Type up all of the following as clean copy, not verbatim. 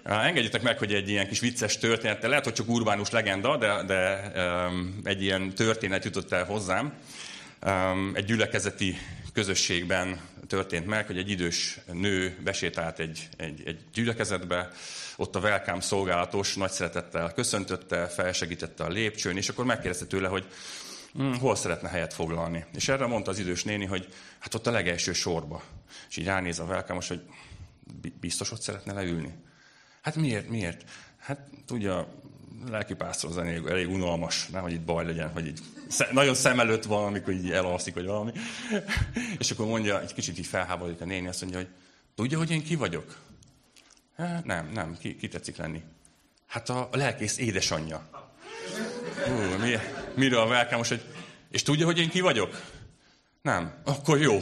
Engedjétek meg, hogy egy ilyen kis vicces történet, lehet, hogy csak urbánus legenda, de egy ilyen történet jutott el hozzám. Egy gyülekezeti közösségben történt meg, hogy egy idős nő besétált egy gyülekezetbe, ott a welcome szolgálatos nagy szeretettel köszöntötte, felsegítette a lépcsőn, és akkor megkérdezte tőle, hogy hol szeretne helyet foglalni. És erre mondta az idős néni, hogy hát ott a legelső sorba. És így ránéz a welcome-os, hogy biztos ott szeretne leülni. Hát miért? Hát tudja, lelkipásztor az elég unalmas, nehogy itt baj legyen, hogy így nagyon szem előtt van, amikor így elalszik, vagy valami. És akkor mondja, egy kicsit így felháborodik a néni, azt mondja, hogy tudja, hogy én ki vagyok? Hát nem, ki tetszik lenni? Hát a lelkész édesanyja. Mire a welcome-os, hogy és tudja, hogy én ki vagyok? Nem. Akkor jó.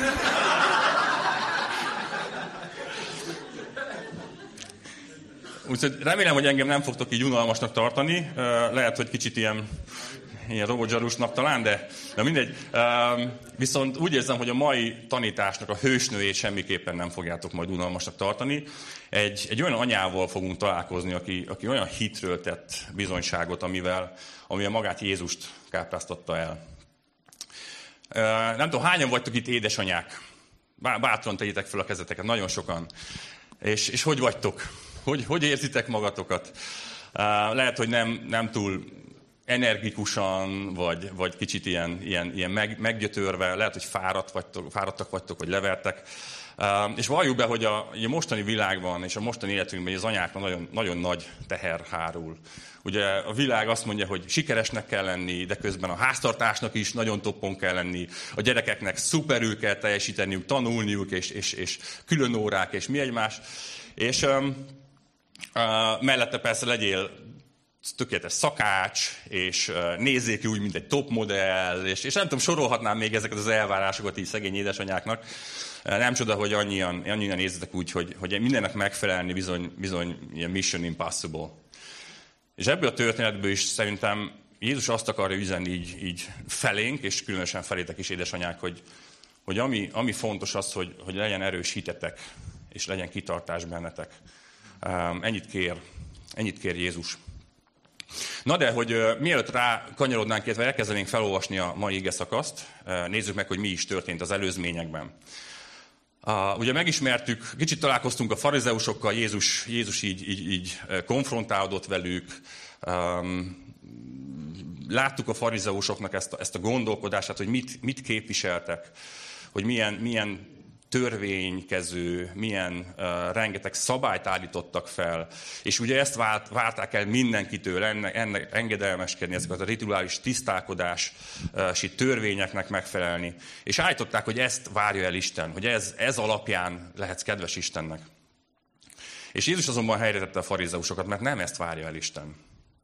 Úgyhogy remélem, hogy engem nem fogtok így unalmasnak tartani. Lehet, hogy kicsit ilyen robotzsarusnak talán, de mindegy. Viszont úgy érzem, hogy a mai tanításnak a hősnőjét semmiképpen nem fogjátok majd unalmasnak tartani. Egy olyan anyával fogunk találkozni, aki olyan hitről tett bizonyságot, amivel magát Jézust kápráztatta el. Nem tudom, hányan vagytok itt édesanyák? Bátran tegyétek fel a kezeteket, nagyon sokan. És hogy vagytok? Hogy érzitek magatokat? Lehet, hogy nem túl energikusan, vagy kicsit ilyen meggyötörve, lehet, hogy fáradtak vagytok, vagy levertek. És valljuk be, hogy a mostani világban és a mostani életünkben az anyákra nagyon, nagyon nagy teher hárul. Ugye a világ azt mondja, hogy sikeresnek kell lenni, de közben a háztartásnak is nagyon toppon kell lenni, a gyerekeknek szuperül kell teljesíteniük, tanulniuk, és külön órák, és mi egymás. És mellette persze legyél tökéletes szakács, és nézzék ki úgy, mint egy top modell, és nem tudom, sorolhatnám még ezeket az elvárásokat így szegény édesanyáknak. Nem csoda, hogy annyian érzitek úgy, hogy mindennek megfelelni bizony ilyen mission impossible. És ebből a történetből is szerintem Jézus azt akarja üzenni így felénk, és különösen felétek is, édesanyák, hogy ami fontos az, hogy legyen erős hitetek, és legyen kitartás bennetek. Ennyit kér Jézus. Na de, hogy mielőtt rá kanyarodnánk, illetve elkezdenénk felolvasni a mai igeszakaszt, nézzük meg, hogy mi is történt az előzményekben. Ugye megismertük, kicsit találkoztunk a farizeusokkal, Jézus így konfrontálódott velük, láttuk a farizeusoknak ezt a gondolkodását, hogy mit képviseltek, hogy milyen törvénykező, milyen rengeteg szabályt állítottak fel, és ugye ezt várták el mindenkitől, ennek engedelmeskedni, ezeket a rituális tisztálkodási törvényeknek megfelelni. És állították, hogy ezt várja el Isten, hogy ez alapján lehetsz kedves Istennek. És Jézus azonban helyretette a farizeusokat, mert nem ezt várja el Isten.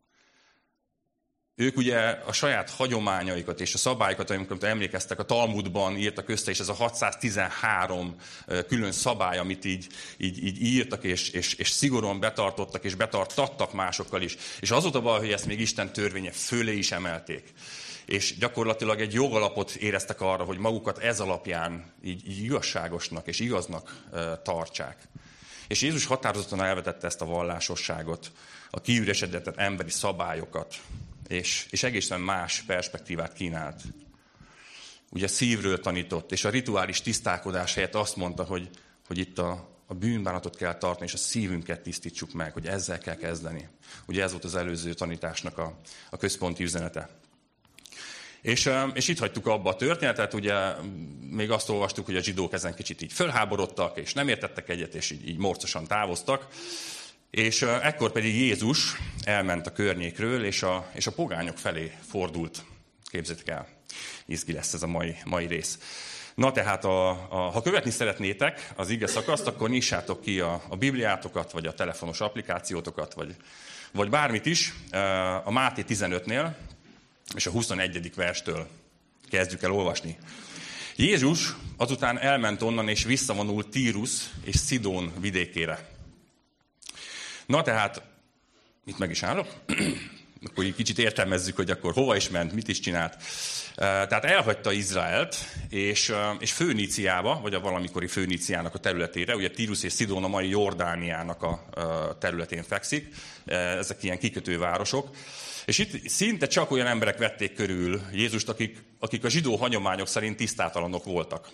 Ők ugye a saját hagyományaikat és a szabályokat, amikor emlékeztek, a Talmudban írtak össze, és ez a 613 külön szabály, amit így írtak, és szigorúan betartottak, és betartattak másokkal is. És az volt a baj, hogy ezt még Isten törvénye fölé is emelték. És gyakorlatilag egy jogalapot éreztek arra, hogy magukat ez alapján így igazságosnak és igaznak tartsák. És Jézus határozottan elvetette ezt a vallásosságot, a kiüresedett emberi szabályokat, és egészen más perspektívát kínált. Ugye szívről tanított, és a rituális tisztálkodás helyett azt mondta, hogy itt a bűnbánatot kell tartani, és a szívünket tisztítsuk meg, hogy ezzel kell kezdeni. Ugye ez volt az előző tanításnak a központi üzenete. És itt hagytuk abba a történetet, ugye még azt olvastuk, hogy a zsidók ezen kicsit így fölháborodtak, és nem értettek egyet, és így morcosan távoztak. És ekkor pedig Jézus elment a környékről, és a pogányok felé fordult. Képzeljétek el, izgi lesz ez a mai rész. Na tehát, ha követni szeretnétek az ige szakaszt, akkor nyissátok ki a Bibliátokat, vagy a telefonos applikációtokat, vagy bármit is, a Máté 15-nél, és a 21. verstől kezdjük el olvasni. Jézus azután elment onnan, és visszavonult Tírus és Szidón vidékére. Na tehát, itt meg is állok, akkor így kicsit értelmezzük, hogy akkor hova is ment, mit is csinált. Tehát elhagyta Izraelt, és Főníciába, vagy a valamikori Főníciának a területére, ugye Tírus és Szidón a mai Jordániának a területén fekszik, ezek ilyen kikötővárosok, és itt szinte csak olyan emberek vették körül Jézust, akik a zsidó hagyományok szerint tisztátalanok voltak.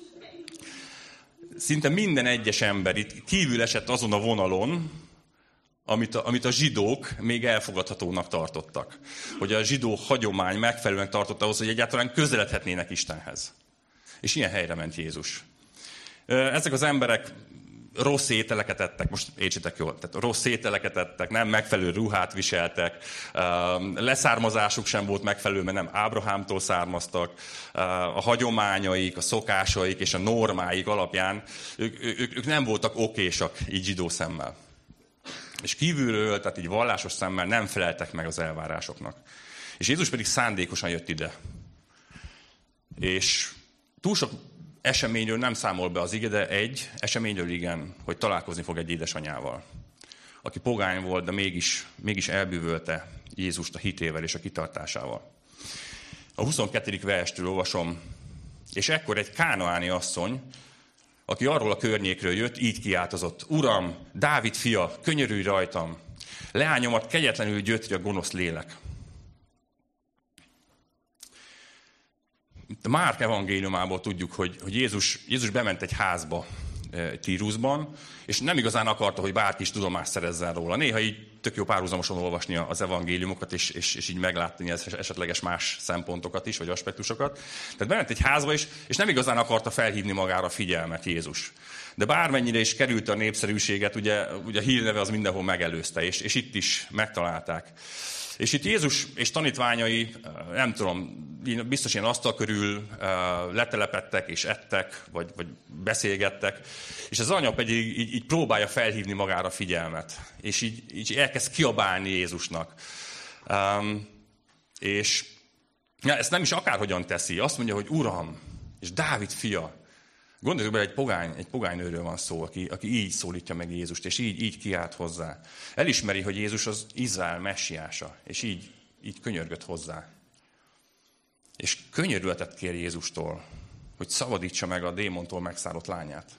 Szinte minden egyes ember itt kívül esett azon a vonalon, amit a zsidók még elfogadhatónak tartottak. Hogy a zsidó hagyomány megfelelően tartotta ahhoz, hogy egyáltalán közeledhetnének Istenhez. És ilyen helyre ment Jézus. Ezek az emberek rossz ételeket ettek, most értsétek jól, tehát rossz ételeket ettek, nem megfelelő ruhát viseltek, leszármazásuk sem volt megfelelő, mert nem Ábrahámtól származtak, a hagyományaik, a szokásaik és a normáik alapján ők nem voltak okésak így zsidó szemmel. És kívülről, tehát így vallásos szemmel nem feleltek meg az elvárásoknak. És Jézus pedig szándékosan jött ide. És túl sok eseményről nem számol be az ige, de egy eseményről igen, hogy találkozni fog egy édesanyával, aki pogány volt, de mégis elbűvölte Jézust a hitével és a kitartásával. A 22. verstől olvasom, és ekkor egy kánaáni asszony, aki arról a környékről jött, így kiáltozott: Uram, Dávid fia, könyörülj rajtam! Leányomat kegyetlenül gyötri a gonosz lélek. A Márk evangéliumából tudjuk, hogy Jézus bement egy házba Tírusban, és nem igazán akarta, hogy bárki is tudomást szerezzen róla. Néha így tök jó párhuzamosan olvasni az evangéliumokat, és így meglátni esetleges más szempontokat is, vagy aspektusokat. Tehát bement egy házba is, és nem igazán akarta felhívni magára a figyelmet Jézus. De bármennyire is került a népszerűséget, ugye a hírneve az mindenhol megelőzte, és itt is megtalálták. És itt Jézus és tanítványai, nem tudom, biztos ilyen asztal körül letelepedtek és ettek, vagy beszélgettek, és az anya pedig így próbálja felhívni magára a figyelmet, és így elkezd kiabálni Jézusnak. És ezt nem is akárhogyan teszi, azt mondja, hogy Uram, és Dávid fia. Gondoljuk bele, egy pogány nőről van szó, aki így szólítja meg Jézust, és így kiált hozzá. Elismeri, hogy Jézus az Izrael messiása, és így könyörgött hozzá. És könyörületet kér Jézustól, hogy szabadítsa meg a démontól megszállott lányát.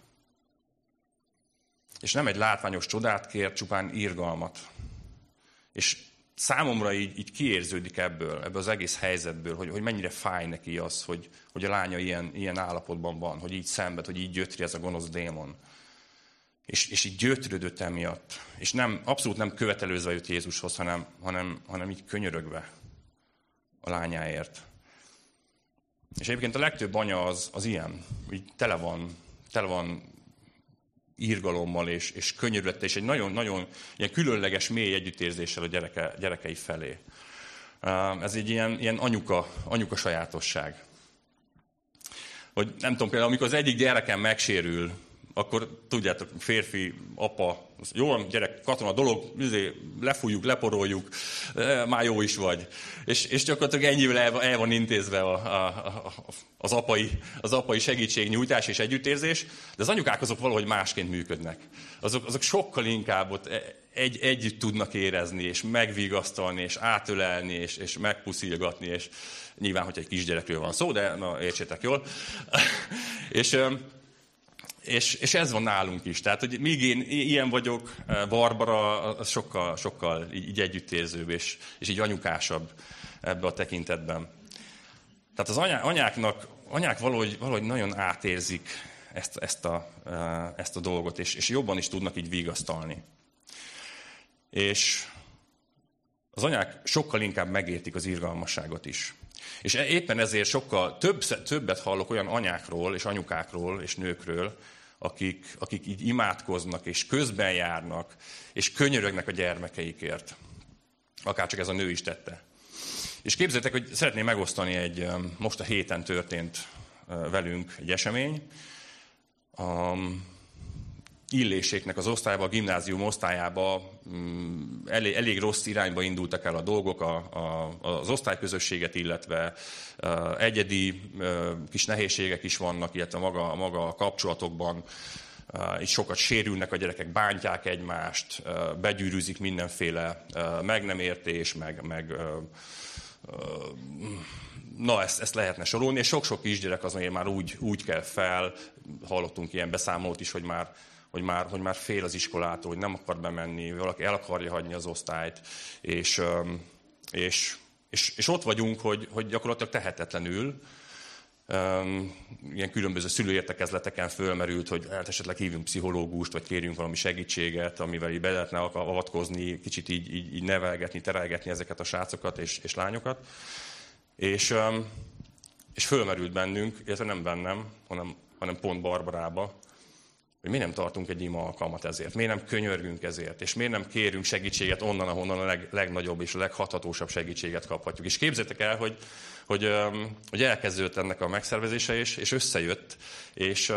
És nem egy látványos csodát kér, csupán irgalmat. És számomra így kiérződik ebből az egész helyzetből, hogy mennyire fáj neki az, hogy a lánya ilyen állapotban van, hogy így szenved, hogy így gyötri ez a gonosz démon. És így gyötrődött emiatt. És abszolút nem követelőzve jött Jézushoz, hanem így könyörögve a lányáért. És egyébként a legtöbb anya az ilyen, így tele van irgalommal és könyörülettel, és egy nagyon-nagyon ilyen különleges, mély együttérzéssel a gyerekei felé. Ez egy ilyen anyuka sajátosság. Hogy nem tudom, például amikor az egyik gyerekem megsérül, akkor tudjátok, férfi, apa, jó, gyerek, katona dolog, lefújjuk, leporoljuk, már jó is vagy. És gyakorlatilag ennyivel el van intézve az apai segítségnyújtás és együttérzés, de az anyukák azok valahogy másként működnek. Azok sokkal inkább ott együtt tudnak érezni, és megvigasztalni, és átölelni, és megpuszilgatni, és nyilván, hogy egy kisgyerekről van szó, de na, értsétek jól. És ez van nálunk is. Tehát, hogy míg én ilyen vagyok, Barbara az sokkal így együttérzőbb, és így anyukásabb ebbe a tekintetben. Tehát az anyák valahogy nagyon átérzik ezt a dolgot, és jobban is tudnak így vigasztalni. És az anyák sokkal inkább megértik az irgalmasságot is. És éppen ezért sokkal többet hallok olyan anyákról, és anyukákról, és nőkről, akik így imádkoznak, és közben járnak, és könyörögnek a gyermekeikért. Akárcsak ez a nő is tette. És képzeljétek, hogy szeretném megosztani most a héten történt velünk egy esemény. Illéséknek az osztályba, a gimnázium osztályába elég rossz irányba indultak el a dolgok, az osztályközösséget, illetve egyedi kis nehézségek is vannak, illetve maga a kapcsolatokban. Így sokat sérülnek a gyerekek, bántják egymást, begyűrűzik mindenféle meg nem értés, na ezt lehetne sorolni, és sok-sok kisgyerek azért már úgy kell fel, hallottunk ilyen beszámolót is, hogy már fél az iskolától, hogy nem akar bemenni, valaki el akarja hagyni az osztályt, és ott vagyunk, hogy gyakorlatilag tehetetlenül, ilyen különböző szülőértekezleteken fölmerült, hogy hát esetleg hívjunk pszichológust, vagy kérjünk valami segítséget, amivel így be lehetne avatkozni, kicsit így nevelgetni, terelgetni ezeket a srácokat és lányokat. És fölmerült bennünk, illetve nem bennem, hanem pont Barbarába, hogy miért nem tartunk egy ima alkalmat ezért, miért nem könyörgünk ezért, és miért nem kérünk segítséget onnan, ahonnan a legnagyobb és a leghathatósabb segítséget kaphatjuk. És képzeljétek el, hogy elkezdődött ennek a megszervezése, és összejött, és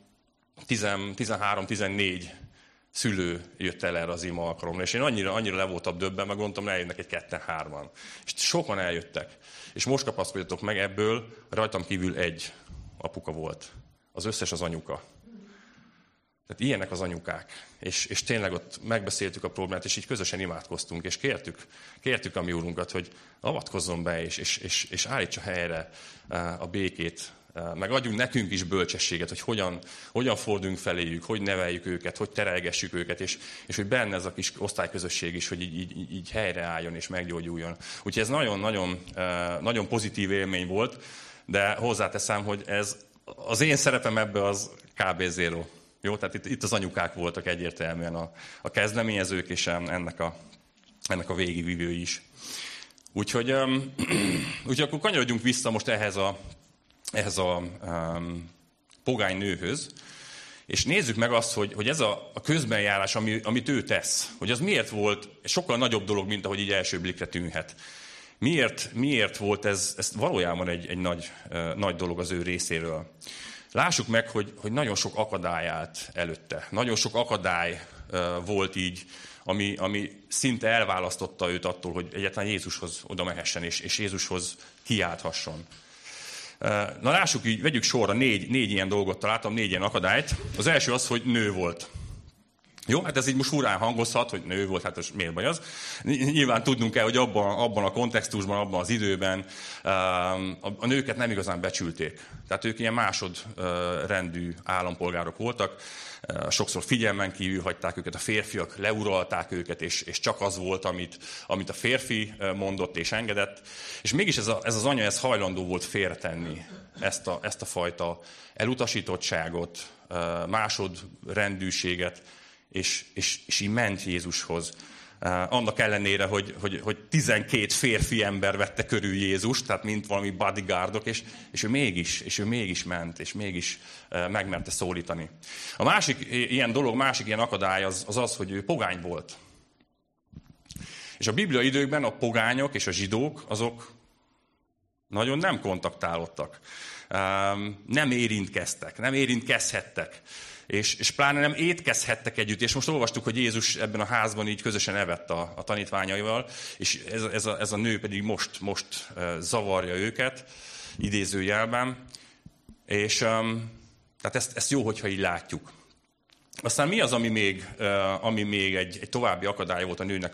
13-14 szülő jött el erre az ima alkalomra, és én annyira le voltam döbben, meg gondoltam, eljönnek egy 2-3-an. És sokan eljöttek. És most kapaszkodjatok meg, ebből rajtam kívül egy apuka volt. Az összes az anyuka. Tehát ilyenek az anyukák. És tényleg ott megbeszéltük a problémát, és így közösen imádkoztunk, és kértük a mi úrunkat, hogy avatkozzon be, és állítsa helyre a békét, meg adjunk nekünk is bölcsességet, hogy hogyan forduljunk feléjük, hogy neveljük őket, hogy terelgessük őket, és hogy benne ez a kis osztályközösség is, hogy így helyreálljon és meggyógyuljon. Úgyhogy ez nagyon pozitív élmény volt, de hozzáteszem, hogy ez az én szerepem ebbe az kb. 0. Jó, tehát itt az anyukák voltak egyértelműen a kezdeményezők, és ennek a végigvívői is. Úgyhogy akkor kanyarodjunk vissza most ehhez a pogány nőhöz, és nézzük meg azt, hogy ez a közbenjárás, amit ő tesz, hogy az miért volt sokkal nagyobb dolog, mint ahogy így első blikre tűnhet. Miért volt ez valójában egy nagy dolog az ő részéről? Lássuk meg, hogy nagyon sok akadály állt előtte. Nagyon sok akadály volt így, ami szinte elválasztotta őt attól, hogy egyáltalán Jézushoz oda mehessen, és Jézushoz kiálthasson. Na lássuk így, vegyük sorra, négy ilyen dolgot találtam, 4 ilyen akadályt. Az első az, hogy nő volt. Jó, hát ez így most furán hangozhat, hogy nő volt, hát miért baj az? Nyilván tudnunk kell, hogy abban a kontextusban, abban az időben a nőket nem igazán becsülték. Tehát ők ilyen másodrendű állampolgárok voltak, sokszor figyelmen kívül hagyták őket, a férfiak leuralták őket, és csak az volt, amit a férfi mondott és engedett. És mégis ez az anya ez hajlandó volt félretenni ezt a fajta elutasítottságot, másodrendűséget, és így ment Jézushoz. Annak ellenére, hogy 12 férfi ember vette körül Jézust, tehát mint valami bodyguardok, és ő mégis ment, és mégis megmerte szólítani. A másik ilyen dolog, másik ilyen akadály az, hogy ő pogány volt. És a Biblia időkben a pogányok és a zsidók, azok nagyon nem kontaktálódtak. Nem érintkeztek, nem érintkezhettek. És pláne nem étkezhettek együtt. És most olvastuk, hogy Jézus ebben a házban így közösen evett a tanítványaival, és ez a nő pedig most zavarja őket, idézőjelben. És tehát ezt jó, hogyha így látjuk. Aztán mi az, ami még egy további akadály volt a nőnek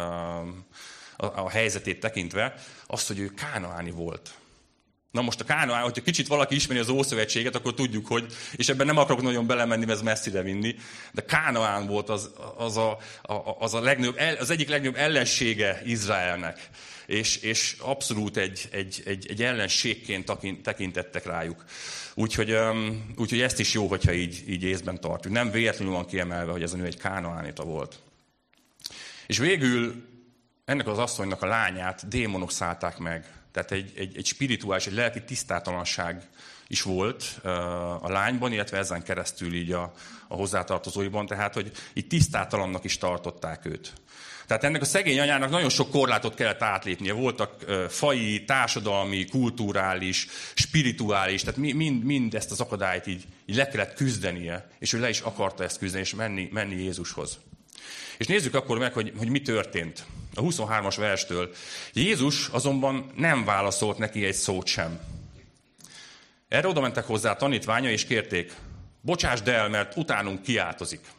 a helyzetét tekintve? Az, hogy ő kánaáni volt. Na most a Kánaán, hogyha kicsit valaki ismeri az Ószövetséget, akkor tudjuk, hogy, és ebben nem akarok nagyon belemenni, mert ez messzire vinni, de Kánaán volt az egyik legnagyobb ellensége Izraelnek, és abszolút egy ellenségként tekintettek rájuk. Úgyhogy ezt is jó, hogyha így észben tartjuk. Nem véletlenül van kiemelve, hogy ez a nő egy kánaánita volt. És végül ennek az asszonynak a lányát démonok szállták meg. Tehát egy spirituális, egy lelki tisztátalanság is volt a lányban, illetve ezen keresztül így a hozzátartozóiban, tehát hogy így tisztátalannak is tartották őt. Tehát ennek a szegény anyának nagyon sok korlátot kellett átlépnie. Voltak faji, társadalmi, kulturális, spirituális, tehát mind ezt az akadályt így le kellett küzdenie, és ő le is akarta ezt küzdeni, és menni Jézushoz. És nézzük akkor meg, hogy mi történt. A 23-as verstől. Jézus azonban nem válaszolt neki egy szót sem. Erre oda mentek hozzá a tanítványa, és kérték, Bocsásd el, mert utánunk kiáltozik.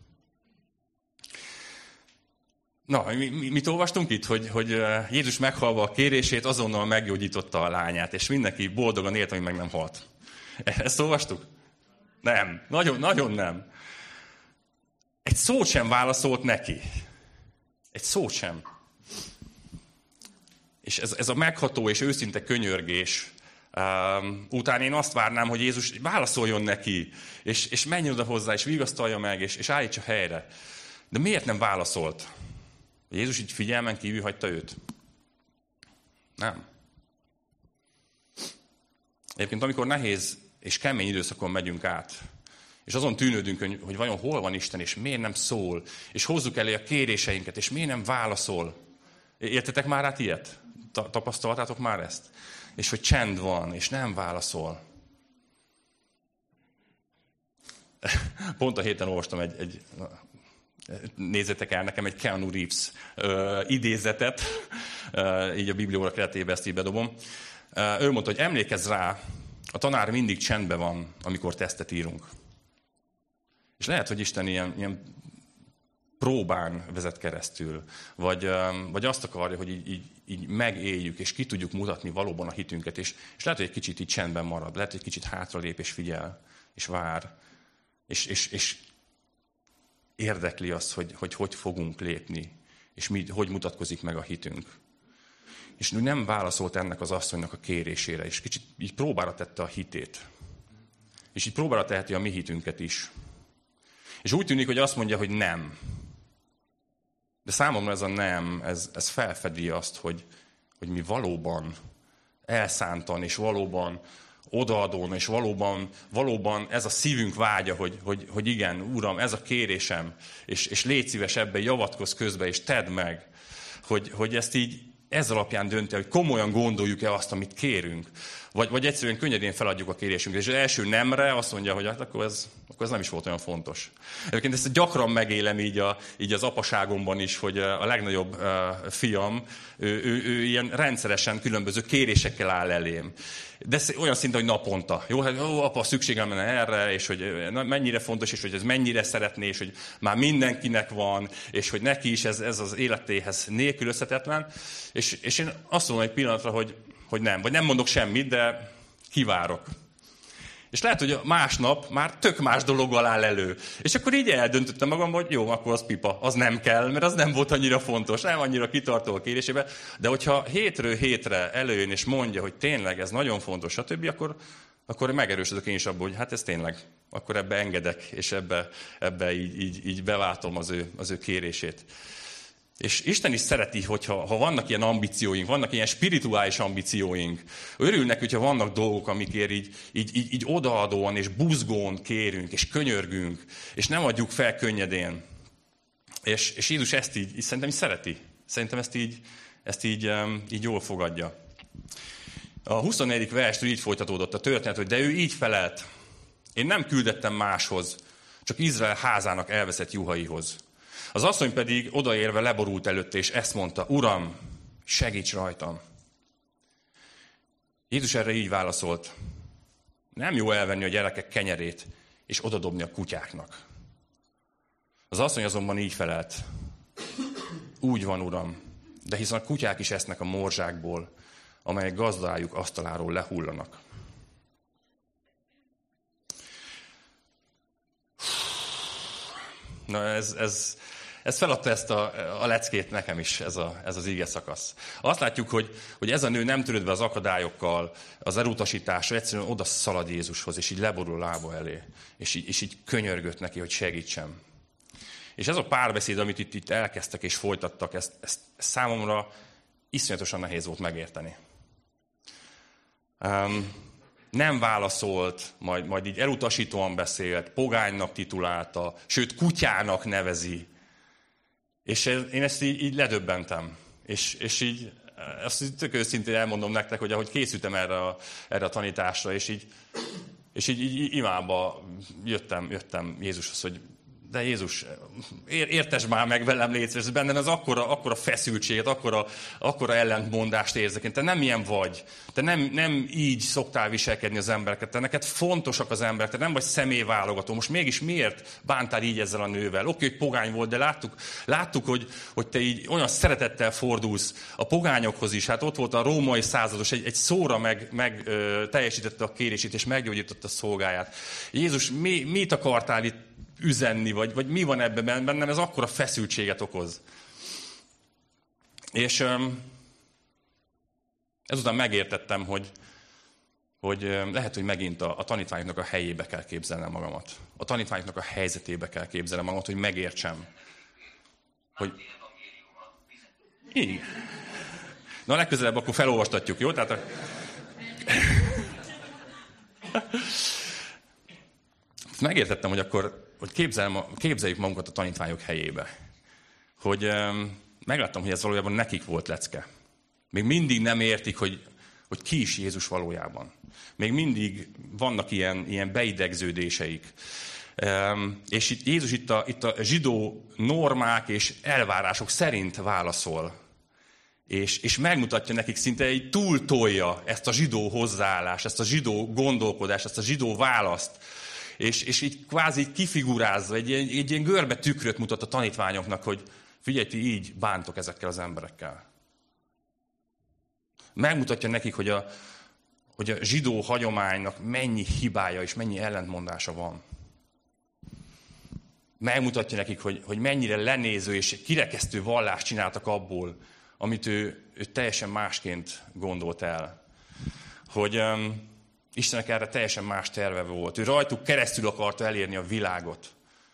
Na, mit olvastunk itt? Hogy Jézus meghallva a kérését, azonnal meggyógyította a lányát, és mindenki boldogan élt, ami meg nem halt. Ezt olvastuk? Nem. Nagyon nem. Egy szót sem válaszolt neki. Egy szót sem. És ez a megható és őszinte könyörgés után én azt várnám, hogy Jézus válaszoljon neki, és menjen oda hozzá, és vigasztalja meg, és állítsa helyre. De miért nem válaszolt? Jézus így figyelmen kívül hagyta őt? Nem. Egyébként amikor nehéz és kemény időszakon megyünk át, és azon tűnődünk, hogy vajon hol van Isten, és miért nem szól, és hozzuk elé a kéréseinket, és miért nem válaszol. Értetek már át ilyet? Tapasztaltátok már ezt? És hogy csend van, és nem válaszol. Pont a héten olvastam nézzétek el nekem egy Keanu Reeves idézetet, így a Biblióra keretébe ezt így bedobom. Ő mondta, hogy emlékezz rá, a tanár mindig csendben van, amikor tesztet írunk. És lehet, hogy Isten ilyen próbán vezet keresztül, vagy azt akarja, hogy így megéljük, és ki tudjuk mutatni valóban a hitünket, és lehet, hogy egy kicsit így csendben marad, lehet, hogy egy kicsit hátralép, és figyel, és vár, és érdekli azt, hogy fogunk lépni, és hogy mutatkozik meg a hitünk. És nem válaszolt ennek az asszonynak a kérésére, és kicsit így próbára tette a hitét. És így próbára teheti a mi hitünket is. És úgy tűnik, hogy azt mondja, hogy nem. De számomra ez a nem, ez felfedi azt, hogy mi valóban elszántan, és valóban odaadón, és valóban ez a szívünk vágya, hogy igen, Uram, ez a kérésem, és légy szíves ebben, javatkozz közbe, és tedd meg, hogy ezt így ez alapján dönti, hogy komolyan gondoljuk-e azt, amit kérünk. Vagy egyszerűen könnyedén feladjuk a kérésünket. És az első nemre azt mondja, hogy hát akkor ez nem is volt olyan fontos. Egyébként ezt gyakran megélem így az apaságomban is, hogy a legnagyobb fiam, ő ilyen rendszeresen különböző kérésekkel áll elém. De olyan szinten, hogy naponta. Jó, hát apa, szükségem lenne erre, és hogy mennyire fontos, és hogy ez mennyire szeretné, és hogy már mindenkinek van, és hogy neki is ez az életéhez nélkülözhetetlen. És én azt mondom egy pillanatra, hogy nem. Vagy nem mondok semmit, de kivárok. És lehet, hogy másnap már tök más dologgal áll elő. És akkor így eldöntöttem magam, hogy jó, akkor az pipa, az nem kell, mert az nem volt annyira fontos, nem annyira kitartó a kérésébe. De hogyha hétről hétre előjön és mondja, hogy tényleg ez nagyon fontos, stb., akkor megerősödök én is abban, hogy hát ez tényleg, akkor ebbe engedek, és ebbe így beváltom az ő kérését. És Isten is szereti, hogyha vannak ilyen ambícióink, vannak ilyen spirituális ambícióink. Örülnek, hogyha vannak dolgok, amikért így odaadóan és buzgón kérünk, és könyörgünk, és nem adjuk fel könnyedén. És Jézus ezt így szerintem is szereti. Szerintem ezt így jól fogadja. A 24. verstől így folytatódott a történet, hogy de ő így felelt. Én nem küldettem máshoz, csak Izrael házának elveszett juhaihoz. Az asszony pedig odaérve leborult előtte, és ezt mondta, Uram, segíts rajtam. Jézus erre így válaszolt, nem jó elvenni a gyerekek kenyerét, és odadobni a kutyáknak. Az asszony azonban így felelt, úgy van, Uram, de hiszen a kutyák is esznek a morzsákból, amelyek gazdájuk asztaláról lehullanak. Na ez feladta ezt a leckét nekem is, ez az ige szakasz. Azt látjuk, hogy ez a nő nem törődve az akadályokkal, az elutasításra, egyszerűen oda szalad Jézushoz, és így leborul lába elé, és így könyörgött neki, hogy segítsem. És ez a párbeszéd, amit itt elkezdtek és folytattak, ezt számomra iszonyatosan nehéz volt megérteni. Nem válaszolt, majd így elutasítóan beszélt, pogánynak titulálta, sőt kutyának nevezi. És én ezt így ledöbbentem. És így, azt tök őszintén elmondom nektek, hogy ahogy készültem erre a tanításra, és így imába jöttem Jézushoz, hogy de Jézus, értesd már meg velem, légy szíves, bennem ez akkora feszültséget, akkora ellentmondást érzek én. Te nem ilyen vagy. Te nem így szoktál viselkedni az embereket. Te neked fontosak az emberek, te nem vagy személyválogató. Most mégis miért bántál így ezzel a nővel? Oké, hogy pogány volt, de láttuk hogy te így olyan szeretettel fordulsz a pogányokhoz is. Hát ott volt a római százados, egy szóra meg teljesítette a kérését, és meggyógyította a szolgáját. Jézus, mit akartál itt üzenni, vagy mi van ebben bennem, ez akkora feszültséget okoz. És ezután megértettem, hogy lehet, hogy megint a tanítványoknak a helyébe kell képzelnem magamat. A tanítványoknak a helyzetébe kell képzelnem magamat, hogy megértsem. Hogy... Igen. Na, legközelebb akkor felolvastatjuk, jó? Tehát megértettem, hogy akkor képzeljük magunkat a tanítványok helyébe. Hogy megláttam, hogy ez valójában nekik volt lecke. Még mindig nem értik, hogy ki is Jézus valójában. Még mindig vannak ilyen beidegződéseik. És Jézus itt a zsidó normák és elvárások szerint válaszol. És megmutatja nekik, szinte így túltolja ezt a zsidó hozzáállást, ezt a zsidó gondolkodást, ezt a zsidó választ. És így kvázi kifigurázza, egy ilyen görbe tükröt mutat a tanítványoknak, hogy figyelj, ti így bántok ezekkel az emberekkel. Megmutatja nekik, hogy a zsidó hagyománynak mennyi hibája és mennyi ellentmondása van. Megmutatja nekik, hogy mennyire lenéző és kirekesztő vallást csináltak abból, amit ő teljesen másként gondolt el. Hogy Istennek erre teljesen más terve volt. Ő rajtuk keresztül akarta elérni a világot.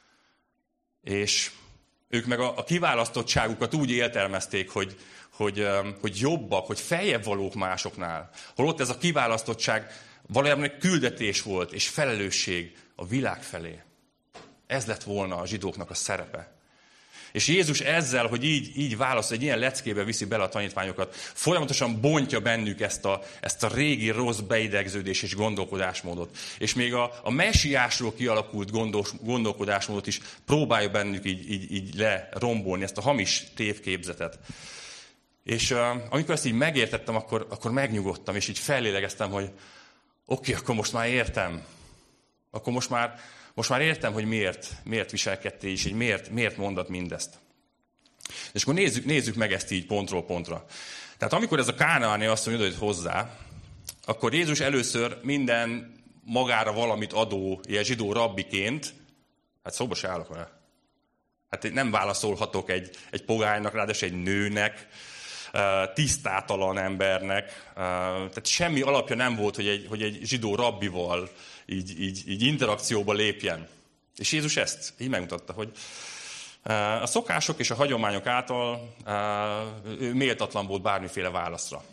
És ők meg a kiválasztottságukat úgy értelmezték, hogy jobbak, hogy feljebb valók másoknál. Holott ez a kiválasztottság valójában egy küldetés volt, és felelősség a világ felé. Ez lett volna a zsidóknak a szerepe. És Jézus ezzel, hogy így válaszol, egy ilyen leckébe viszi bele a tanítványokat, folyamatosan bontja bennük ezt a régi rossz beidegződés és gondolkodásmódot. És még a messiásról kialakult gondolkodásmódot is próbálja bennük így lerombolni, ezt a hamis tévképzetet. És amikor ezt így megértettem, akkor megnyugodtam, és így fellélegeztem, hogy oké, akkor most már értem. Akkor most már értem, hogy miért viselkedtél is, hogy miért mondod mindezt. És akkor nézzük meg ezt így pontról pontra. Tehát amikor ez a kánaáni asszony odajött hozzá, akkor Jézus először minden magára valamit adó, ilyen zsidó rabbiként, hát szóba se állok vele. Hát nem válaszolhatok egy pogánynak, ráadásul egy nőnek, tisztátalan embernek. Tehát semmi alapja nem volt, hogy egy zsidó rabbival így interakcióba lépjen. És Jézus ezt így megmutatta, hogy a szokások és a hagyományok által ő méltatlan volt bármiféle válaszra.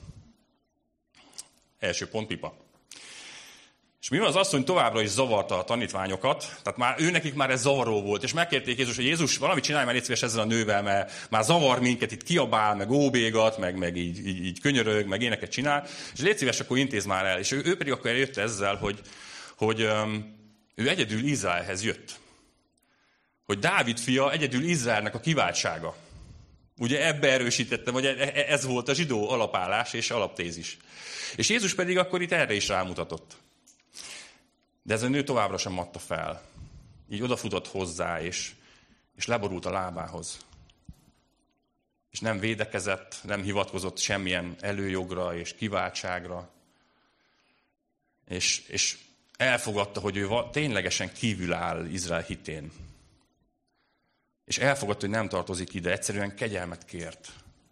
Első pont, pipa. És mivel az asszony továbbra is zavarta a tanítványokat, tehát nekik már ez zavaró volt, és megkérték Jézus, hogy Jézus, valamit csinálj már légy szíves ezzel a nővel, mert már zavar minket, itt kiabál, meg óbégat, meg így könyörög, meg éneket csinál, és légy szíves, akkor intéz már el. És ő pedig akkor eljött ezzel, hogy ő egyedül Izraelhez jött. Hogy Dávid fia egyedül Izraelnek a kiváltsága. Ugye ebbe erősítettem, hogy ez volt a zsidó alapállás és alaptézis. És Jézus pedig akkor itt erre is rámutatott. De ez a nő továbbra sem adta fel. Így odafutott hozzá, és leborult a lábához. És nem védekezett, nem hivatkozott semmilyen előjogra és kiváltságra. És elfogadta, hogy ő ténylegesen kívül áll Izrael hitén. És elfogadta, hogy nem tartozik ide, egyszerűen kegyelmet kért.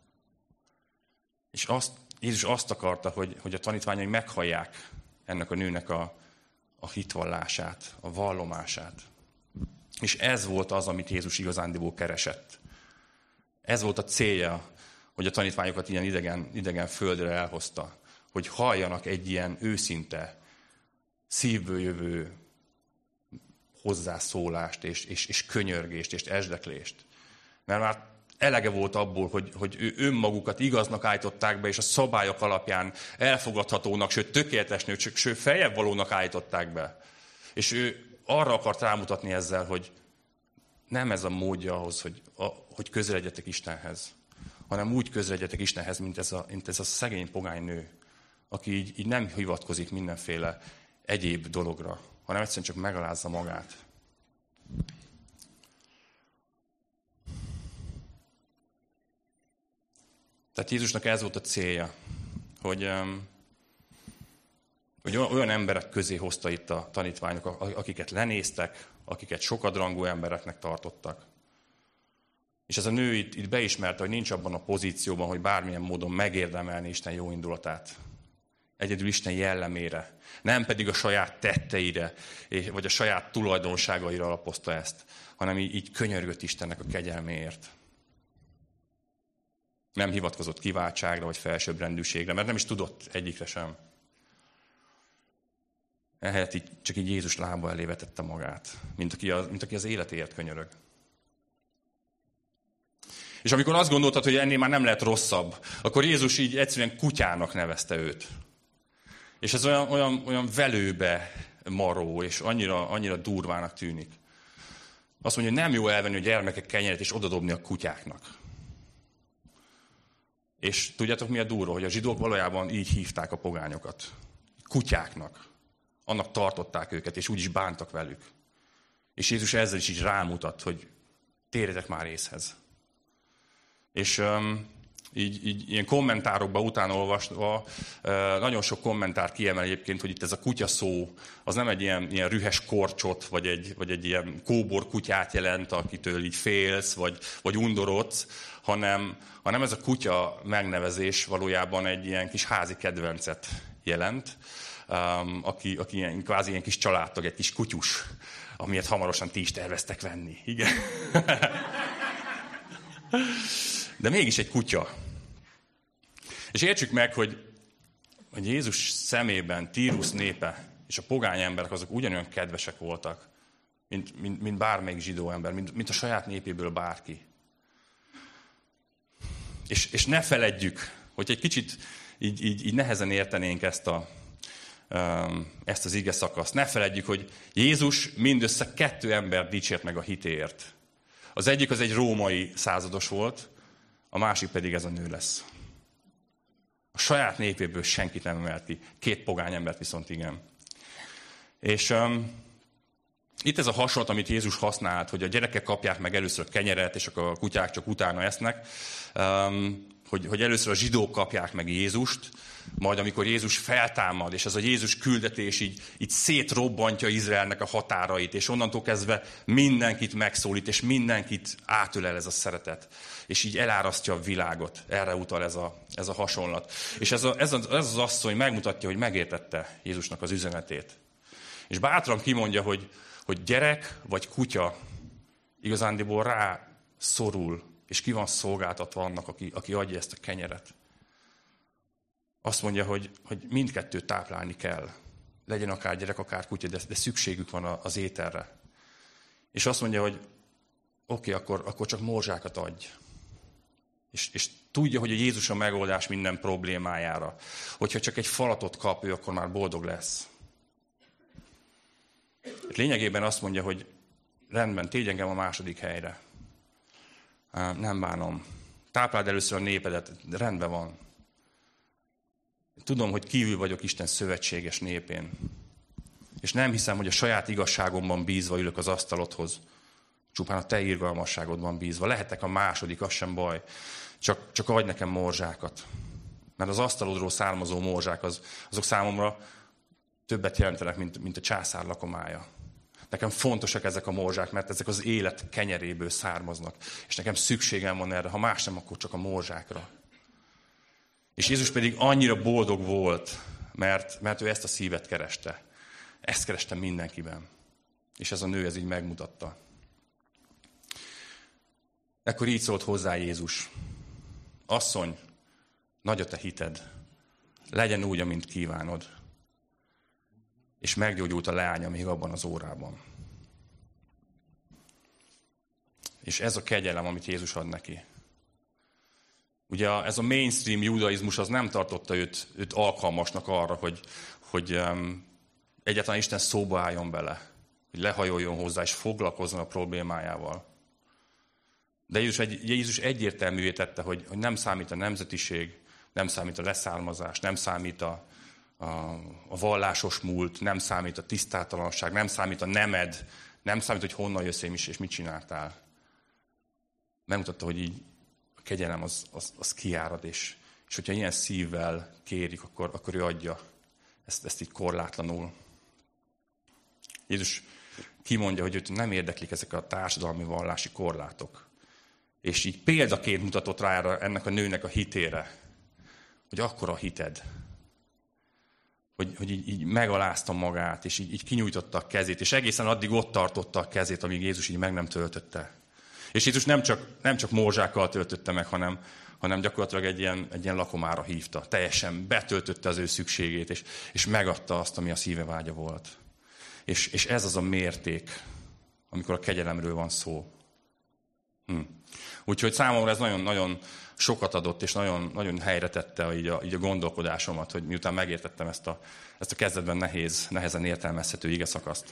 És Jézus azt akarta, hogy a tanítványai meghallják ennek a nőnek a hitvallását, a vallomását. És ez volt az, amit Jézus igazándiból keresett. Ez volt a célja, hogy a tanítványokat ilyen idegen földre elhozta, hogy halljanak egy ilyen őszinte, szívből jövő hozzászólást, és könyörgést, és esdeklést. Mert már elege volt abból, hogy ő önmagukat igaznak állították be, és a szabályok alapján elfogadhatónak, sőt tökéletesnek, sőt feljebb valónak állították be. És ő arra akart rámutatni ezzel, hogy nem ez a módja ahhoz, hogy közeledjetek Istenhez, hanem úgy közeledjetek Istenhez, mint ez a szegény pogány nő, aki így nem hivatkozik mindenféle egyéb dologra, hanem egyszerűen csak megalázza magát. Tehát Jézusnak ez volt a célja, hogy olyan emberek közé hozta itt a tanítványok, akiket lenéztek, akiket sokadrangú embereknek tartottak. És ez a nő itt beismerte, hogy nincs abban a pozícióban, hogy bármilyen módon megérdemelni Isten jó indulatát. Egyedül Isten jellemére, nem pedig a saját tetteire, vagy a saját tulajdonságaira alapozta ezt, hanem így könyörgött Istennek a kegyelméért. Nem hivatkozott kiváltságra, vagy felsőbbrendűségre, mert nem is tudott egyikre sem. Ehelyett csak így Jézus lába elé vetette magát, mint aki az életéért könyörög. És amikor azt gondoltad, hogy ennél már nem lehet rosszabb, akkor Jézus így egyszerűen kutyának nevezte őt. És ez olyan velőbe maró, és annyira durvának tűnik. Azt mondja, hogy nem jó elvenni a gyermekek kenyeret, és odadobni a kutyáknak. És tudjátok, mi a durva, hogy a zsidók valójában így hívták a pogányokat. Kutyáknak. Annak tartották őket, és úgy is bántak velük. És Jézus ezzel is így rámutat, hogy térjetek már észhez. És így ilyen kommentárokban utána olvasva, nagyon sok kommentár kiemel egyébként, hogy itt ez a kutya szó, az nem egy ilyen rühes korcsot, vagy egy ilyen kóbor kutyát jelent, akitől így félsz, vagy undorodsz, hanem ez a kutya megnevezés valójában egy ilyen kis házi kedvencet jelent, aki kvázi ilyen kis családtag, egy kis kutyus, amilyet hamarosan ti is terveztek venni. Igen. De mégis egy kutya. És értsük meg, hogy Jézus szemében Tírus népe és a pogány emberek azok ugyanolyan kedvesek voltak, mint bármelyik zsidó ember, mint a saját népéből bárki. És ne feledjük, hogy egy kicsit így nehezen értenénk ezt az ige szakaszt. Ne feledjük, hogy Jézus mindössze 2 ember dicsért meg a hitéért. Az egyik az egy római százados volt, a másik pedig ez a nő lesz. A saját népéből senkit nem emelt ki, 2 pogány embert viszont igen. És itt ez a hasonlat, amit Jézus használt, hogy a gyerekek kapják meg először a kenyeret, és akkor a kutyák csak utána esznek, hogy először a zsidók kapják meg Jézust, majd amikor Jézus feltámad, és ez a Jézus küldetés így szétrobbantja Izraelnek a határait, és onnantól kezdve mindenkit megszólít, és mindenkit átölel ez a szeretet. És így elárasztja a világot. Erre utal ez a hasonlat. És ez az asszony megmutatja, hogy megértette Jézusnak az üzenetét. És bátran kimondja, hogy gyerek vagy kutya igazándiból rá szorul, és ki van szolgáltatva annak, aki adja ezt a kenyeret. Azt mondja, hogy mindkettőt táplálni kell. Legyen akár gyerek, akár kutya, de szükségük van az ételre. És azt mondja, hogy oké, akkor csak morzsákat adj. És tudja, hogy a Jézus a megoldás minden problémájára. Hogyha csak egy falatot kap, ő akkor már boldog lesz. Lényegében azt mondja, hogy rendben, tégy engem a második helyre. Nem bánom. Tápláld először a népedet, de rendben van. Tudom, hogy kívül vagyok Isten szövetséges népén. És nem hiszem, hogy a saját igazságomban bízva ülök az asztalodhoz. Csupán a te irgalmasságodban bízva. Lehetek a második, az sem baj. Csak adj nekem morzsákat. Mert az asztalodról származó morzsák, azok számomra többet jelentenek, mint a császár lakomája. Nekem fontosak ezek a morzsák, mert ezek az élet kenyeréből származnak. És nekem szükségem van erre, ha más nem, akkor csak a morzsákra. És Jézus pedig annyira boldog volt, mert ő ezt a szívet kereste. Ezt kereste mindenkiben. És ez a nő ez így megmutatta. Ekkor így szólt hozzá Jézus. Asszony, nagy a te hited. Legyen úgy, amint kívánod. És meggyógyult a leánya még abban az órában. És ez a kegyelem, amit Jézus ad neki. Ugye ez a mainstream judaizmus az nem tartotta őt alkalmasnak arra, hogy egyáltalán Isten szóba álljon bele, hogy lehajoljon hozzá és foglalkozzon a problémájával. De Jézus egyértelművé tette, hogy nem számít a nemzetiség, nem számít a leszármazás, nem számít a vallásos múlt, nem számít a tisztátalanság, nem számít a nemed, nem számít, hogy honnan jössz és mit csináltál. Megmutatta, hogy így a kegyelem az kiárad, és hogyha ilyen szívvel kérik, akkor ő adja ezt így korlátlanul. Jézus kimondja, hogy őt nem érdeklik ezek a társadalmi vallási korlátok. És így példaként mutatott rá ennek a nőnek a hitére, hogy akkora a hited. Hogy így megalázta magát, és így kinyújtotta a kezét, és egészen addig ott tartotta a kezét, amíg Jézus így meg nem töltötte. És Jézus nem csak morzsákkal töltötte meg, hanem gyakorlatilag egy ilyen lakomára hívta. Teljesen betöltötte az ő szükségét, és megadta azt, ami a szíve vágya volt. És ez az a mérték, amikor a kegyelemről van szó. Úgyhogy számomra ez nagyon-nagyon sokat adott, és nagyon, nagyon helyre tette így a gondolkodásomat, hogy miután megértettem ezt a kezdetben nehezen értelmezhető igeszakaszt.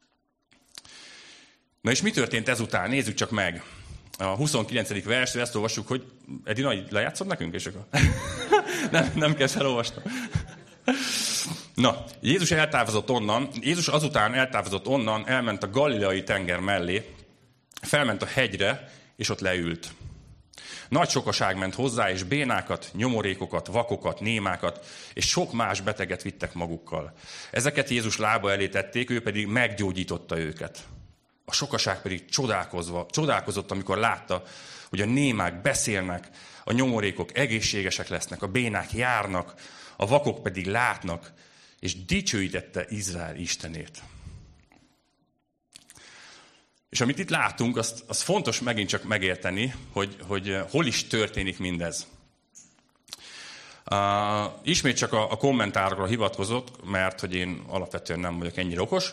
Na és mi történt ezután? Nézzük csak meg. A 29. versről ezt olvassuk, hogy Edina, így lejátszod nekünk? És akkor... nem kell felolvasnom. Na, Jézus azután eltávozott onnan, elment a Galileai tenger mellé, felment a hegyre, és ott leült. Nagy sokaság ment hozzá, és bénákat, nyomorékokat, vakokat, némákat, és sok más beteget vittek magukkal. Ezeket Jézus lába elé tették, ő pedig meggyógyította őket. A sokaság pedig csodálkozott, amikor látta, hogy a némák beszélnek, a nyomorékok egészségesek lesznek, a bénák járnak, a vakok pedig látnak, és dicsőítette Izrael Istenét. És amit itt látunk, az fontos megint csak megérteni, hogy hol is történik mindez. Ismét csak a kommentárokra hivatkozott, mert hogy én alapvetően nem vagyok ennyire okos,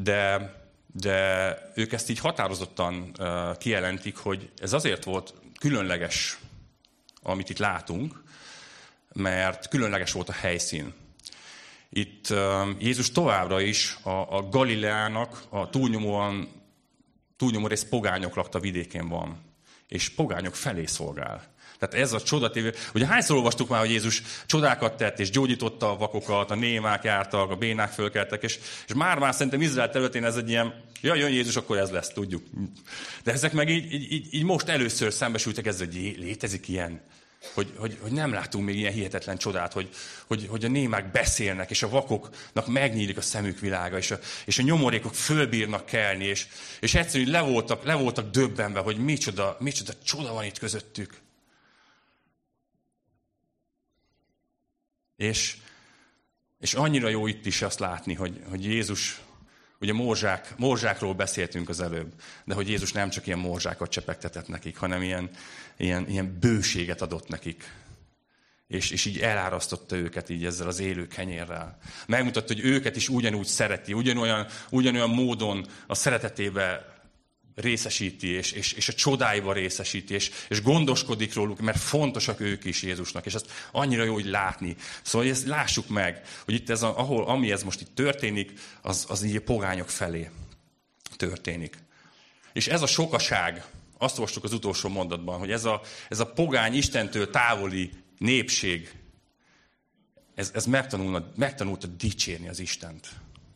de ők ezt így határozottan kijelentik, hogy ez azért volt különleges, amit itt látunk, mert különleges volt a helyszín. Itt Jézus továbbra is a Galileának a túlnyomó rész pogányok lakta vidékén van, és pogányok felé szolgál. Tehát ez a csodatévő. Ugye hányszor olvastuk már, hogy Jézus csodákat tett, és gyógyította a vakokat, a némák jártak, a bénák fölkeltek, és már szerintem Izrael területén ez egy ilyen, jön Jézus, akkor ez lesz, tudjuk. De ezek meg így most először szembesültek ezzel, hogy létezik ilyen. Hogy nem látunk még ilyen hihetetlen csodát, hogy a némák beszélnek, és a vakoknak megnyílik a szemük világa, és a nyomorékok fölbírnak kelni, és egyszerűen le voltak döbbenve, hogy micsoda csoda van itt közöttük. És annyira jó itt is azt látni, hogy Jézus, ugye morzsákról beszéltünk az előbb, de hogy Jézus nem csak ilyen morzsákat csepegtetett nekik, hanem ilyen bőséget adott nekik. És így elárasztotta őket így ezzel az élő kenyérrel. Megmutatta, hogy őket is ugyanúgy szereti, ugyanolyan módon a szeretetébe részesíti, és a csodáiba részesíti, és gondoskodik róluk, mert fontosak ők is Jézusnak, és ezt annyira jó, hogy látni. Szóval ezt lássuk meg, hogy itt ami ez most itt történik, az így a pogányok felé történik. És ez a sokaság, azt olvastuk az utolsó mondatban, hogy ez a pogány, Istentől távoli népség, ez megtanulta dicsérni az Istent.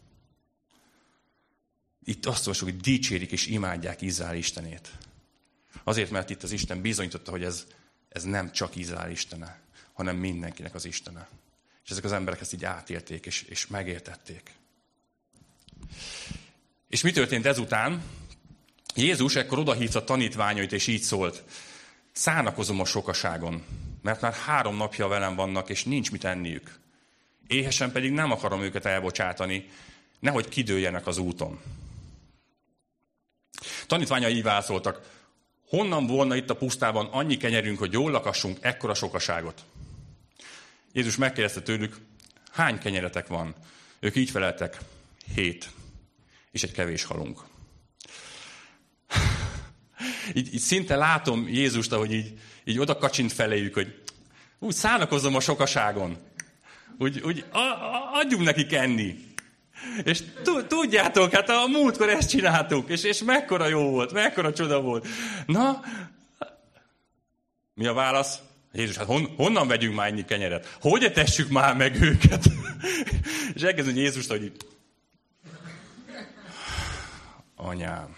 Itt azt olvasjuk, hogy dicsérik és imádják Izrael Istenét. Azért, mert itt az Isten bizonyította, hogy ez nem csak Izrael Istene, hanem mindenkinek az Istene. És ezek az emberek ezt így átélték, és megértették. És mi történt ezután? Jézus ekkor odahívta a tanítványait, és így szólt: szánakozom a sokaságon, mert már 3 napja velem vannak, és nincs mit enniük. Éhesen pedig nem akarom őket elbocsátani, nehogy kidőljenek az úton. Tanítványai így válaszoltak: honnan volna itt a pusztában annyi kenyerünk, hogy jól lakassunk ekkora sokaságot? Jézus megkérdezte tőlük: hány kenyeretek van? Ők így feleltek: 7, és egy kevés halunk. Így szinte látom Jézust, ahogy így oda kacsint feléjük, hogy úgy szánakozom a sokaságon. Úgy adjunk nekik enni. És tudjátok, hát a múltkor ezt csináltuk, és mekkora jó volt, mekkora csoda volt. Na, Mi a válasz? Jézus, hát honnan vegyünk már ennyi kenyeret? Hogy etessük már meg őket? És elkezdünk Jézust, hogy így... Anyám.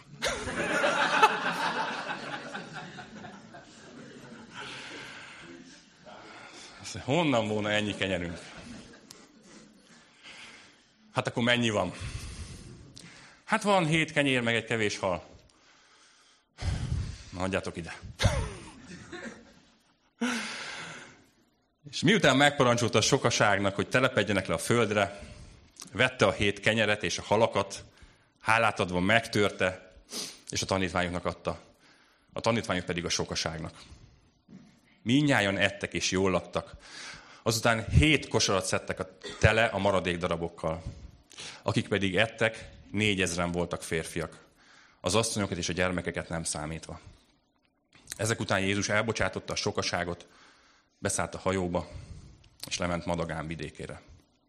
Honnan volna ennyi kenyerünk? Hát akkor mennyi van? Hát van 7 kenyér, meg egy kevés hal. Na, adjátok ide. És miután megparancsolta a sokaságnak, hogy telepedjenek le a földre, vette a 7 kenyeret és a halakat, hálát adva megtörte, és a tanítványoknak adta. A tanítványok pedig a sokaságnak. Mindnyájan ettek és jól laktak. Azután 7 kosarat szedtek tele a maradék darabokkal. Akik pedig ettek, 4000-en voltak férfiak. Az asszonyokat és a gyermekeket nem számítva. Ezek után Jézus elbocsátotta a sokaságot, beszállt a hajóba, és lement Madagán vidékére.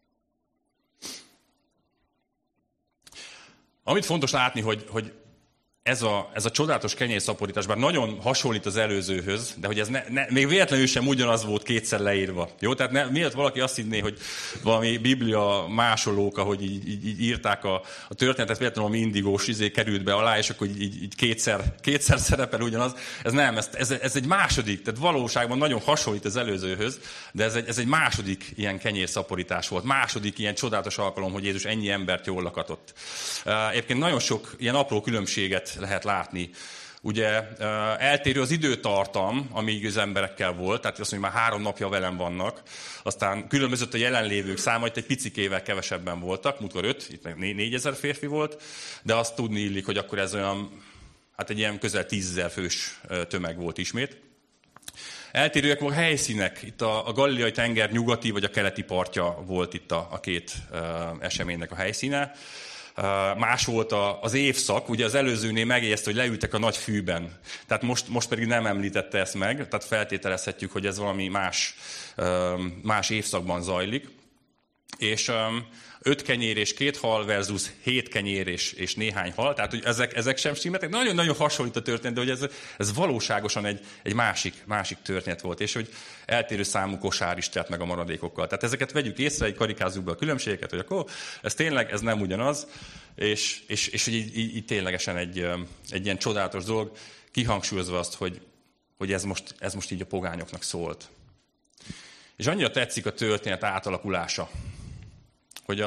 Amit fontos látni, hogy ez a csodálatos kenyérszaporítás, bár nagyon hasonlít az előzőhöz, de hogy ez még véletlenül sem ugyanaz volt kétszer leírva. Jó? Tehát miért valaki azt hinné, hogy valami biblia másolók, ahogy így írták a történetet, véletlenül valami indigós került be alá, és akkor így kétszer szerepel ugyanaz. Ez nem, ez egy második, tehát valóságban nagyon hasonlít az előzőhöz, de ez egy második ilyen kenyérszaporítás volt. Második ilyen csodálatos alkalom, hogy Jézus ennyi embert jól lakatott. Egyébként nagyon sok ilyen apró különbséget lehet látni. Ugye eltérő az időtartam, amíg az emberekkel volt, tehát azt mondja, már 3 napja velem vannak, aztán különbözött a jelenlévők száma, itt egy picikével kevesebben voltak, múltkor 5, itt meg 4000 férfi volt, de azt tudni illik, hogy akkor ez olyan, hát egy ilyen közel 10 000 fős tömeg volt ismét. Eltérőek a helyszínek, itt a Galileai tenger nyugati vagy a keleti partja volt itt a két eseménynek a helyszíne. Más volt az évszak, ugye az előzőnél megjegyezte, hogy leültek a nagy fűben. Tehát most pedig nem említette ezt meg, tehát feltételezhetjük, hogy ez valami más évszakban zajlik. És 5 kenyér és 2 hal versus 7 kenyér és néhány hal, tehát hogy ezek sem stimmeltek. Nagyon-nagyon hasonlít a történet, de hogy ez valóságosan egy másik történet volt, és hogy eltérő számú kosár is telt meg a maradékokkal. Tehát ezeket vegyük észre, így karikázzuk be a különbségeket, hogy akkor ez tényleg ez nem ugyanaz, és hogy így ténylegesen egy ilyen csodálatos dolog, kihangsúlyozva azt, hogy ez most így a pogányoknak szólt. És annyira tetszik a történet átalakulása, hogy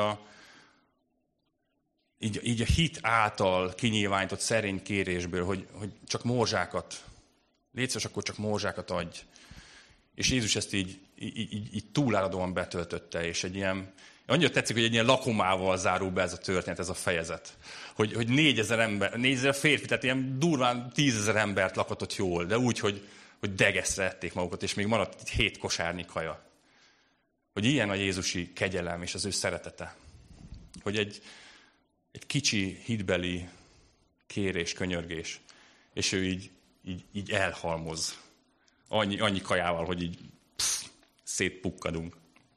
így a hit által kinyilvánított szerény kérésből, hogy csak morzsákat, légy szíves, akkor csak morzsákat adj. És Jézus ezt így túláradóan betöltötte, és annyira tetszik, hogy egy ilyen lakomával zárul be ez a történet, ez a fejezet. Hogy 4000 férfi, tehát ilyen durván 10 000 embert lakatott jól, de úgy, hogy degeszre ették magukat, és még maradt 7 kosárnyi kaja. Hogy ilyen a jézusi kegyelem és az ő szeretete. Hogy egy kicsi hitbeli kérés, könyörgés, és ő így elhalmoz. Annyi kajával, hogy így szétpukkadunk.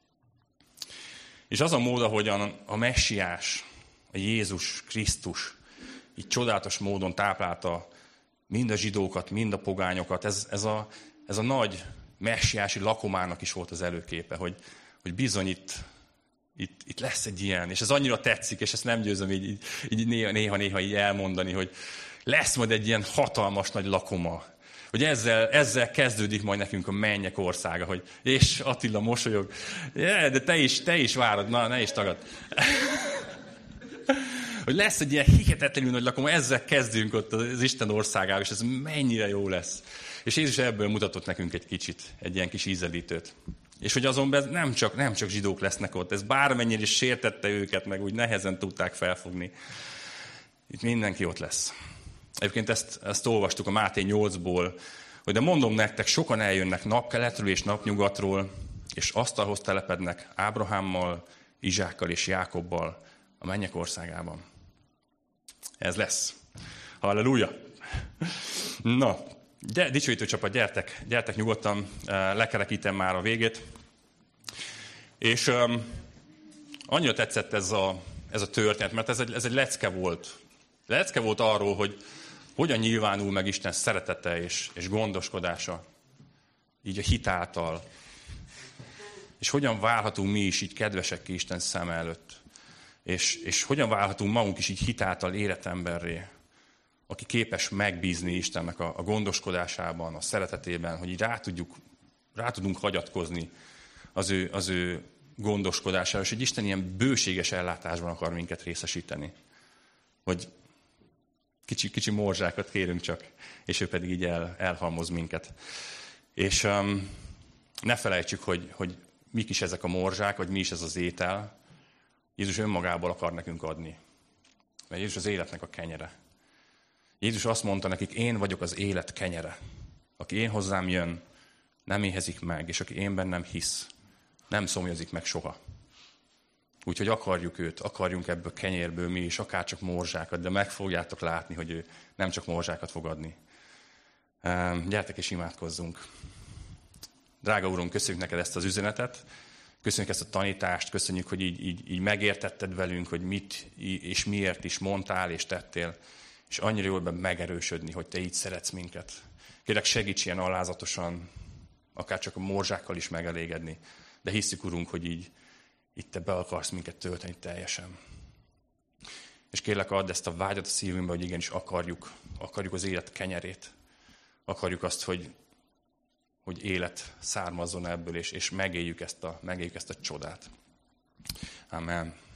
És az a mód, ahogyan a messiás, a Jézus Krisztus így csodálatos módon táplálta mind a zsidókat, mind a pogányokat, ez a nagy messiási lakomának is volt az előképe, hogy bizony itt lesz egy ilyen, és ez annyira tetszik, és ezt nem győzöm így néha így elmondani, hogy lesz majd egy ilyen hatalmas nagy lakoma, hogy ezzel kezdődik majd nekünk a mennyek országa, hogy és Attila mosolyog, de te is várod, na ne is tagad. Hogy lesz egy ilyen hihetetlenül nagy lakoma, ezzel kezdünk ott az Isten országával, és ez mennyire jó lesz. És Jézus ebből mutatott nekünk egy kicsit, egy ilyen kis ízelítőt. És hogy azonban nem csak zsidók lesznek ott, ez bármennyire is sértette őket, meg úgy nehezen tudták felfogni. Itt mindenki ott lesz. Egyébként ezt olvastuk a Máté 8-ból, hogy de mondom nektek, sokan eljönnek napkeletről és napnyugatról, és asztalhoz telepednek Ábrahámmal, Izsákkal és Jákobbal a mennyek országában. Ez lesz. Halleluja! Na, de dicsőítő csapat, gyertek nyugodtan, lekerekítem már a végét. És annyira tetszett ez a történet, mert ez egy lecke volt. Lecke volt arról, hogy hogyan nyilvánul meg Isten szeretete és gondoskodása. így a hit által. És hogyan válhatunk mi is így kedvesekké Isten szem előtt. És hogyan válhatunk magunk is így hit által életemberré, aki képes megbízni Istennek a gondoskodásában, a szeretetében, hogy így rá tudunk hagyatkozni az ő gondoskodására, és hogy Isten ilyen bőséges ellátásban akar minket részesíteni. Hogy kicsi morzsákat kérünk csak, és ő pedig így elhalmoz minket. És ne felejtsük, hogy mik is ezek a morzsák, vagy mi is ez az étel. Jézus önmagából akar nekünk adni. Mert Jézus az életnek a kenyere. Jézus azt mondta nekik, én vagyok az élet kenyere. Aki én hozzám jön, nem éhezik meg, és aki én bennem hisz, nem szomjazik meg soha. Úgyhogy akarjuk őt, akarjunk ebből kenyérből mi is, akár csak morzsákat, de meg fogjátok látni, hogy ő nem csak morzsákat fog adni. Gyertek és imádkozzunk. Drága Úrunk, köszönjük neked ezt az üzenetet, köszönjük ezt a tanítást, köszönjük, hogy így megértetted velünk, hogy mit és miért is mondtál és tettél, és annyira jól megerősödni, hogy te így szeretsz minket. Kérlek, segíts ilyen alázatosan, akár csak a morzsákkal is megelégedni, de hiszük, Urunk, hogy így te be akarsz minket tölteni teljesen. És kérlek, add ezt a vágyat a szívünkbe, hogy igenis akarjuk az élet kenyerét. Akarjuk azt, hogy élet származzon ebből, és megéljük ezt a csodát. Amen.